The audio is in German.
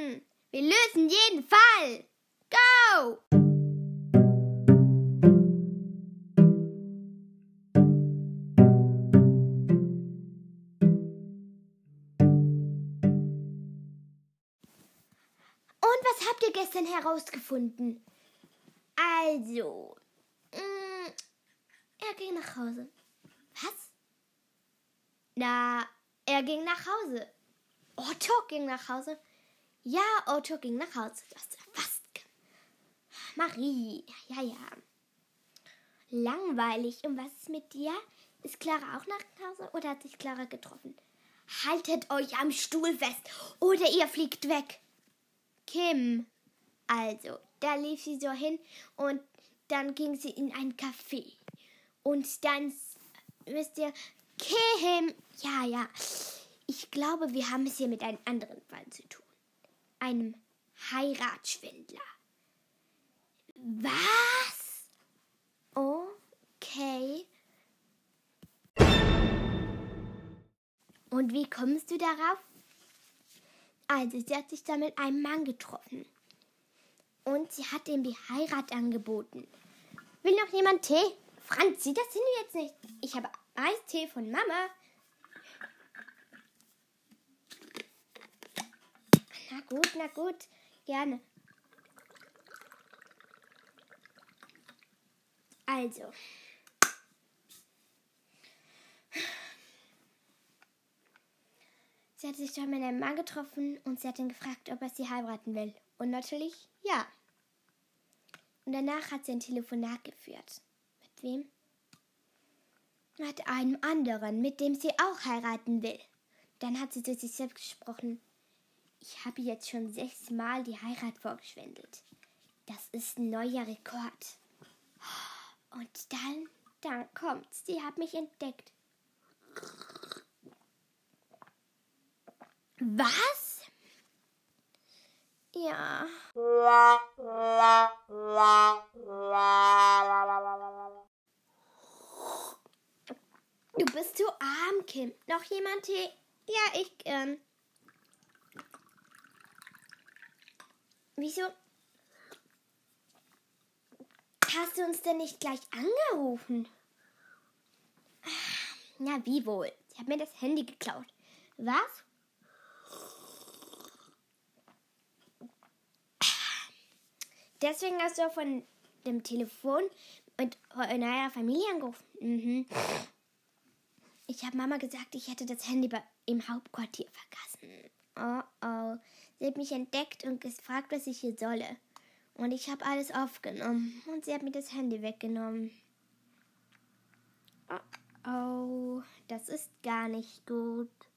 machen. Wir lösen jeden Fall. Go! Und was habt ihr gestern herausgefunden? Also, er ging nach Hause. Was? Na, er ging nach Hause. Otto ging nach Hause. Ja, Otto ging nach Hause. Das ist fast. Marie, ja. Langweilig. Und was ist mit dir? Ist Clara auch nach Hause oder hat sich Clara getroffen? Haltet euch am Stuhl fest oder ihr fliegt weg. Kim. Also, da lief sie so hin und dann ging sie in ein Café. Und dann, wisst ihr, Kim. Ja. Ich glaube, wir haben es hier mit einem anderen Fall zu tun. Einem Heiratsschwindler. Was? Okay. Und wie kommst du darauf? Also, sie hat sich da mit einem Mann getroffen. Und sie hat ihm die Heirat angeboten. Will noch jemand Tee? Franzi, das sind wir jetzt nicht. Ich habe Eistee von Mama. Na gut, gerne. Also. Sie hat sich da mit einem Mann getroffen und sie hat ihn gefragt, ob er sie heiraten will. Und natürlich, ja. Und danach hat sie ein Telefonat geführt. Mit wem? Mit einem anderen, mit dem sie auch heiraten will. Dann hat sie zu sich selbst gesprochen. Ich habe jetzt schon 6 Mal die Heirat vorgeschwindelt. Das ist ein neuer Rekord. Und dann kommt's. Sie hat mich entdeckt. Was? Ja. Du bist zu arm, Kim. Noch jemand Tee? Ja, ich gern. Wieso hast du uns denn nicht gleich angerufen? Na, wie wohl? Sie hat mir das Handy geklaut. Was? Deswegen hast du von dem Telefon und in eurer Familie angerufen. Mhm. Ich habe Mama gesagt, ich hätte das Handy im Hauptquartier vergessen. Oh. Sie hat mich entdeckt und gefragt, was ich hier solle. Und ich habe alles aufgenommen. Und sie hat mir das Handy weggenommen. Oh, das ist gar nicht gut.